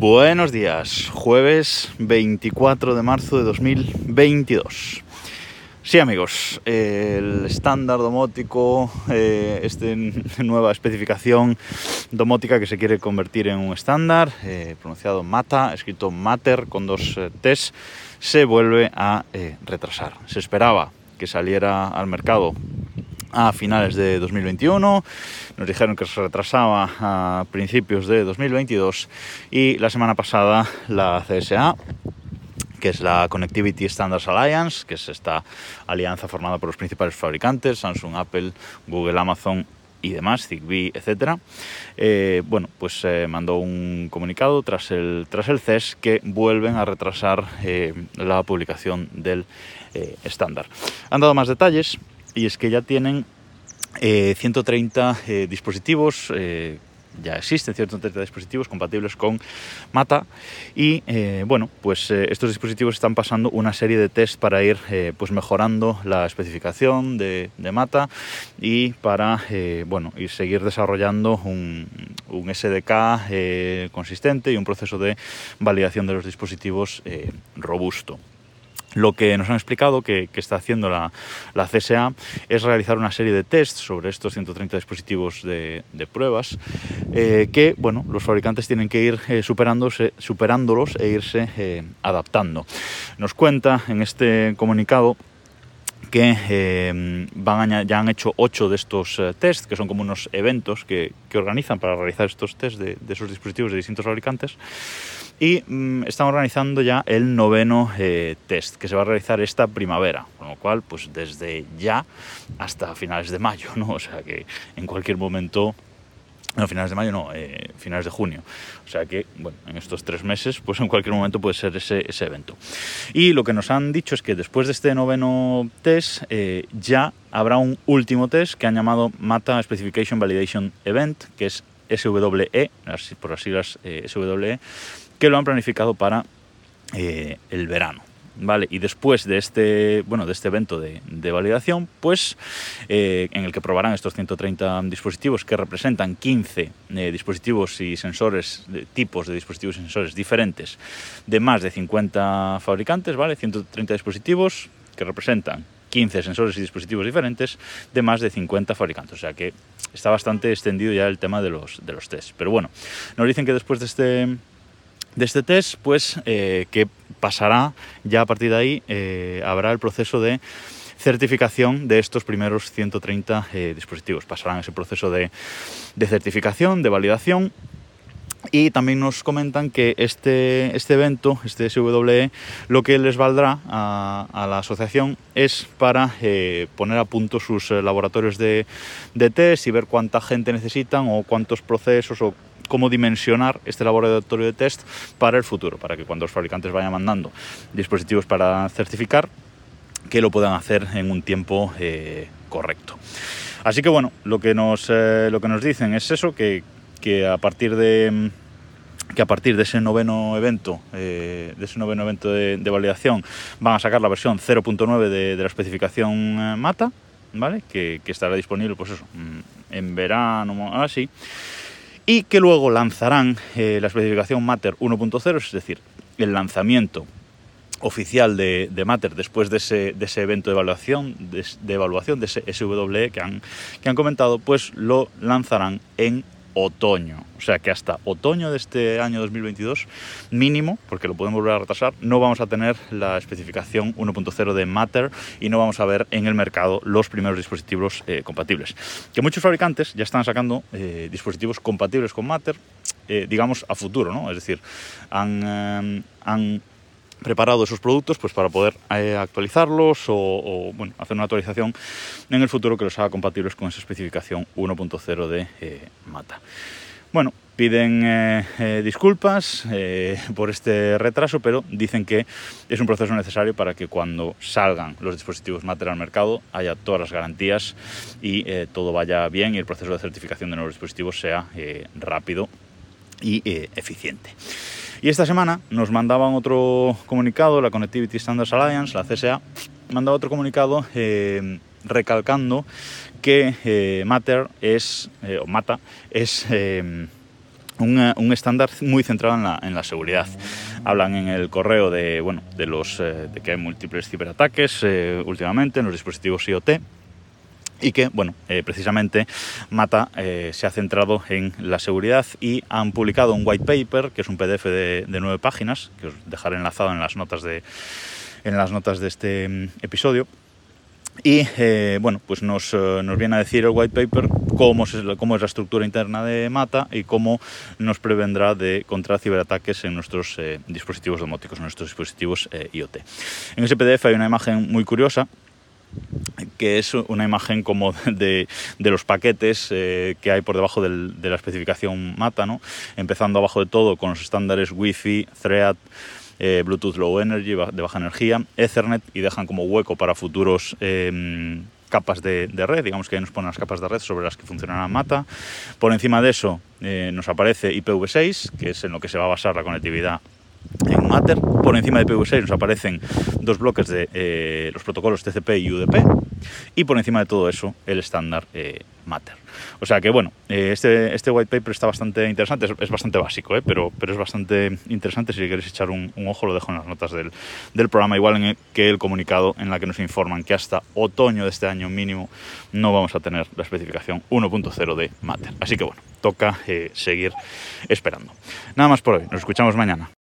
Buenos días, jueves 24 de marzo de 2022. Sí, amigos, el estándar domótico, nueva especificación domótica que se quiere convertir en un estándar, pronunciado MATA, escrito Matter con dos T's, se vuelve a retrasar. Se esperaba que saliera al mercado a finales de 2021, nos dijeron que se retrasaba a principios de 2022 y la semana pasada la CSA, que es la Connectivity Standards Alliance, que es esta alianza formada por los principales fabricantes, Samsung, Apple, Google, Amazon y demás, Zigbee, etc. Mandó un comunicado tras el CES que vuelven a retrasar la publicación del estándar. Han dado más detalles y es que ya tienen 130 dispositivos, ya existen 130 dispositivos compatibles con MATA y estos dispositivos están pasando una serie de test para ir mejorando la especificación de MATA y para y seguir desarrollando un SDK consistente y un proceso de validación de los dispositivos robusto. Lo que nos han explicado que está haciendo la CSA es realizar una serie de tests sobre estos 130 dispositivos de pruebas que los fabricantes tienen que ir superándolos e irse adaptando. Nos cuenta en este comunicado que ya han hecho 8 de estos tests, que son como unos eventos que organizan para realizar estos tests de esos dispositivos de distintos fabricantes. Y están organizando ya el 9º test, que se va a realizar esta primavera, con lo cual, pues desde ya hasta finales de mayo, ¿no? O sea que en cualquier momento, no, finales de mayo no, finales de junio. O sea que, en estos 3 meses, pues en cualquier momento puede ser ese evento. Y lo que nos han dicho es que después de este 9º test, ya habrá un último test que han llamado MATA Specification Validation Event, que es SWE, por las siglas SWE, que lo han planificado para el verano, ¿vale? Y después de este evento de validación, pues en el que probarán estos 130 dispositivos que representan 15 dispositivos y sensores, tipos de dispositivos y sensores diferentes de más de 50 fabricantes, ¿vale? 130 dispositivos que representan 15 sensores y dispositivos diferentes de más de 50 fabricantes. O sea que está bastante extendido ya el tema de los tests. Pero bueno, nos dicen que después de este test, pues que pasará ya a partir de ahí, habrá el proceso de certificación de estos primeros 130 dispositivos. Pasarán ese proceso de certificación, de validación. Y también nos comentan que este evento, este SWE, lo que les valdrá a la asociación es para poner a punto sus laboratorios de test y ver cuánta gente necesitan o cuántos procesos o cómo dimensionar este laboratorio de test para el futuro, para que cuando los fabricantes vayan mandando dispositivos para certificar, que lo puedan hacer en un tiempo correcto. Así que lo que nos dicen es eso, que a partir de ese noveno evento de validación van a sacar la versión 0.9 de la especificación MATA, ¿vale? Que estará disponible pues eso, en verano, así, y que luego lanzarán la especificación Matter 1.0, es decir, el lanzamiento oficial de Matter después de ese evento de evaluación, de ese SWE que han comentado, pues lo lanzarán en otoño. O sea que hasta otoño de este año 2022 mínimo, porque lo podemos volver a retrasar, no vamos a tener la especificación 1.0 de Matter y no vamos a ver en el mercado los primeros dispositivos compatibles. Que muchos fabricantes ya están sacando dispositivos compatibles con Matter, digamos a futuro, ¿no? Es decir, han preparado esos productos pues para poder actualizarlos o hacer una actualización en el futuro que los haga compatibles con esa especificación 1.0 de MATA. Piden disculpas por este retraso, pero dicen que es un proceso necesario para que cuando salgan los dispositivos Matter al mercado haya todas las garantías y todo vaya bien y el proceso de certificación de nuevos dispositivos sea rápido y eficiente. Y esta semana nos mandaban otro comunicado, la Connectivity Standards Alliance, la CSA, mandaba otro comunicado recalcando que MATA es un estándar muy centrado en la seguridad. Hablan en el correo de que hay múltiples ciberataques últimamente en los dispositivos IoT, y que, precisamente Mata se ha centrado en la seguridad y han publicado un white paper, que es un PDF de 9 páginas, que os dejaré enlazado en las notas de este episodio. Y pues nos viene a decir el white paper cómo es la estructura interna de Mata y cómo nos prevendrá contra ciberataques en nuestros dispositivos domóticos, en nuestros dispositivos IoT. En ese PDF hay una imagen muy curiosa, que es una imagen como de los paquetes que hay por debajo de la especificación Mata, ¿no? Empezando abajo de todo con los estándares Wi-Fi, Thread, Bluetooth Low Energy, de baja energía, Ethernet, y dejan como hueco para futuros capas de red. Digamos que ahí nos ponen las capas de red sobre las que funcionará Mata. Por encima de eso nos aparece IPv6, que es en lo que se va a basar la conectividad en Matter. Por encima de IPv6 nos aparecen 2 bloques de los protocolos TCP y UDP, y por encima de todo eso el estándar Matter. O sea que este white paper está bastante interesante, es bastante básico, pero es bastante interesante. Si queréis echar un ojo, lo dejo en las notas del programa, igual que el comunicado en la que nos informan que hasta otoño de este año mínimo no vamos a tener la especificación 1.0 de Matter. Así que toca seguir esperando. Nada más por hoy, nos escuchamos mañana.